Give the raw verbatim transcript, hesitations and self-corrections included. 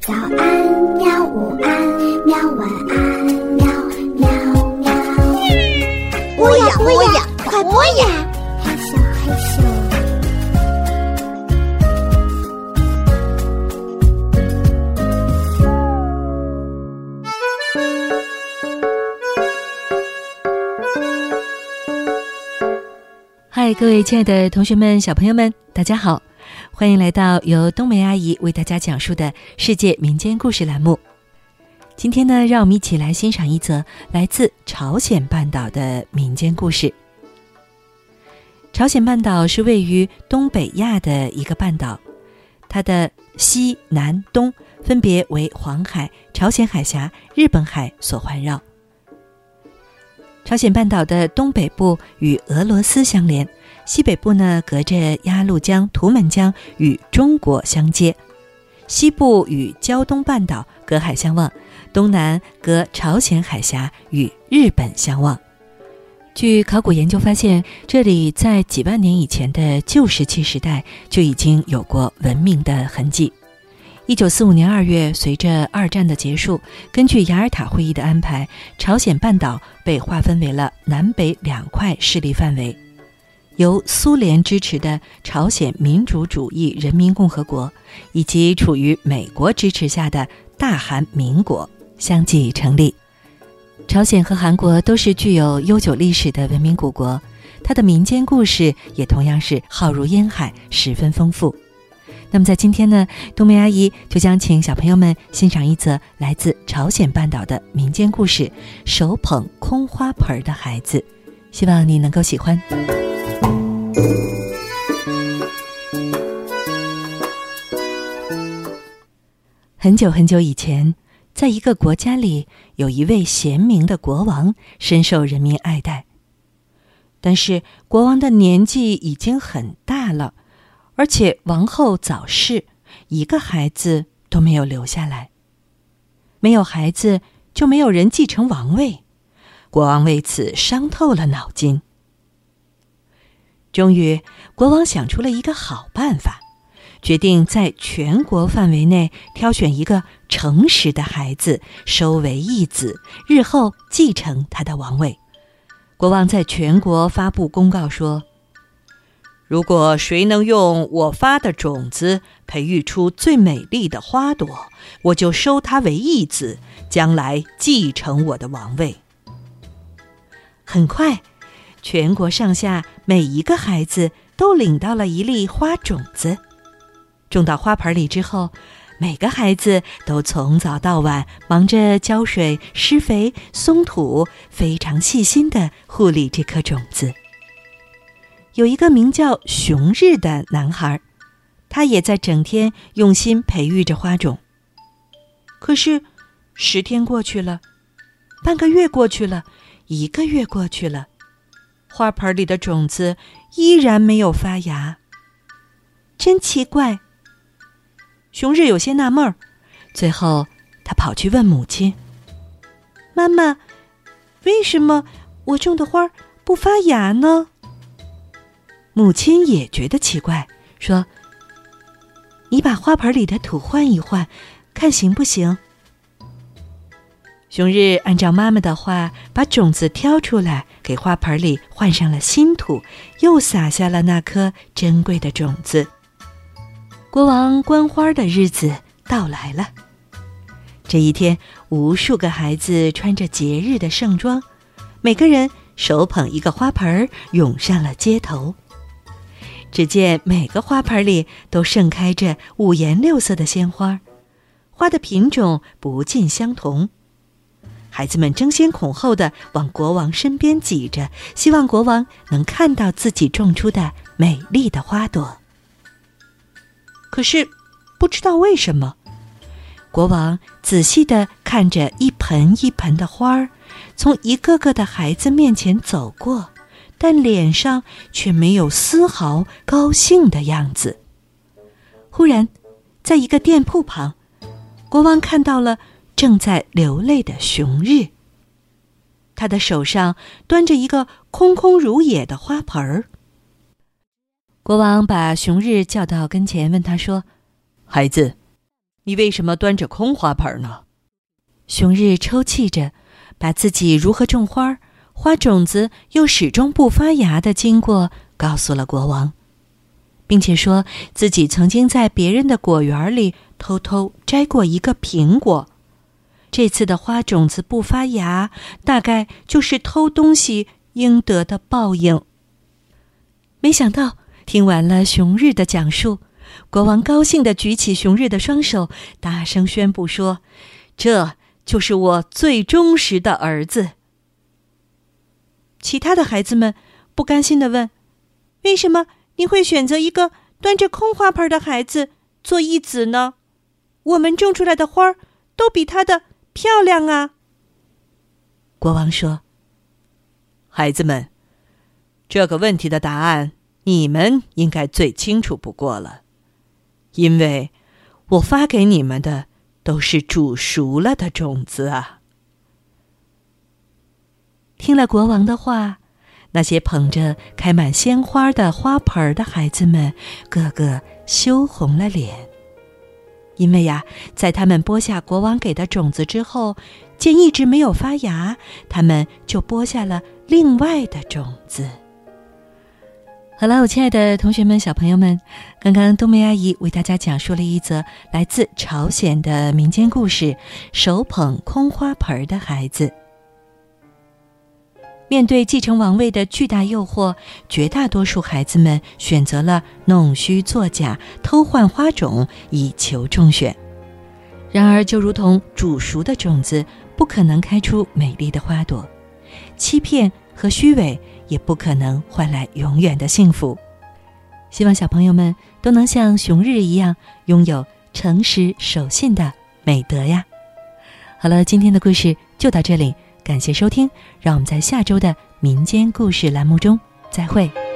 早安喵，午安喵，晚安喵喵喵。 播呀播呀，快播呀！ 害羞害羞。 嗨，各位亲爱的同学们、小朋友们，大家好，欢迎来到由冬梅阿姨为大家讲述的世界民间故事栏目。今天呢，让我们一起来欣赏一则来自朝鲜半岛的民间故事。朝鲜半岛是位于东北亚的一个半岛，它的西南东分别为黄海、朝鲜海峡、日本海所环绕。朝鲜半岛的东北部与俄罗斯相连，西北部呢隔着鸭绿江、图们江与中国相接，西部与胶东半岛隔海相望，东南隔朝鲜海峡与日本相望。据考古研究发现，这里在几万年以前的旧石器时代就已经有过文明的痕迹。一九四五年二月，随着二战的结束，根据雅尔塔会议的安排，朝鲜半岛被划分为了南北两块势力范围，由苏联支持的朝鲜民主主义人民共和国以及处于美国支持下的大韩民国相继成立。朝鲜和韩国都是具有悠久历史的文明古国，它的民间故事也同样是浩如烟海，十分丰富。那么在今天呢，冬梅阿姨就将请小朋友们欣赏一则来自朝鲜半岛的民间故事，手捧空花盆的孩子，希望你能够喜欢。很久很久以前，在一个国家里，有一位贤明的国王，深受人民爱戴。但是国王的年纪已经很大了，而且王后早逝，一个孩子都没有留下来。没有孩子，就没有人继承王位。国王为此伤透了脑筋。终于，国王想出了一个好办法，决定在全国范围内挑选一个诚实的孩子，收为义子，日后继承他的王位。国王在全国发布公告说，如果谁能用我发的种子培育出最美丽的花朵，我就收他为义子，将来继承我的王位。很快，全国上下每一个孩子都领到了一粒花种子，种到花盆里之后，每个孩子都从早到晚忙着浇水、施肥、松土，非常细心地护理这颗种子。有一个名叫熊日的男孩，他也在整天用心培育着花种。可是十天过去了，半个月过去了，一个月过去了，花盆里的种子依然没有发芽。真奇怪！熊日有些纳闷儿，最后他跑去问母亲：妈妈，为什么我种的花不发芽呢？母亲也觉得奇怪，说：你把花盆里的土换一换，看行不行？熊日按照妈妈的话，把种子挑出来，给花盆里换上了新土，又撒下了那颗珍贵的种子。国王观花的日子到来了。这一天，无数个孩子穿着节日的盛装，每个人手捧一个花盆，涌上了街头。只见每个花盆里都盛开着五颜六色的鲜花，花的品种不尽相同。孩子们争先恐后地往国王身边挤着，希望国王能看到自己种出的美丽的花朵。可是不知道为什么，国王仔细地看着一盆一盆的花儿，从一个个的孩子面前走过，但脸上却没有丝毫高兴的样子。忽然，在一个店铺旁，国王看到了正在流泪的熊日，他的手上端着一个空空如也的花盆儿。国王把熊日叫到跟前，问他说：孩子， 你为什么端着空花盆呢？ 熊日抽泣着，把自己如何种花，花种子又始终不发芽的经过告诉了国王，并且说自己曾经在别人的果园里偷偷摘过一个苹果。这次的花种子不发芽，大概就是偷东西应得的报应。没想到听完了熊日的讲述，国王高兴地举起熊日的双手，大声宣布说：这就是我最忠实的儿子。其他的孩子们不甘心地问：为什么你会选择一个端着空花盆的孩子做义子呢？我们种出来的花都比他的漂亮啊。国王说： 孩子们，这个问题的答案你们应该最清楚不过了，因为我发给你们的都是煮熟了的种子啊。 听了国王的话，那些捧着开满鲜花的花盆的孩子们个个羞红了脸，因为呀，在他们播下国王给的种子之后，见一直没有发芽，他们就播下了另外的种子。好了，我亲爱的同学们、小朋友们，刚刚冬梅阿姨为大家讲述了一则来自朝鲜的民间故事《手捧空花盆的孩子》。面对继承王位的巨大诱惑，绝大多数孩子们选择了弄虚作假，偷换花种以求中选。然而，就如同煮熟的种子不可能开出美丽的花朵，欺骗和虚伪也不可能换来永远的幸福。希望小朋友们都能像熊日一样，拥有诚实守信的美德呀。好了，今天的故事就到这里，感谢收听，让我们在下周的民间故事栏目中再会。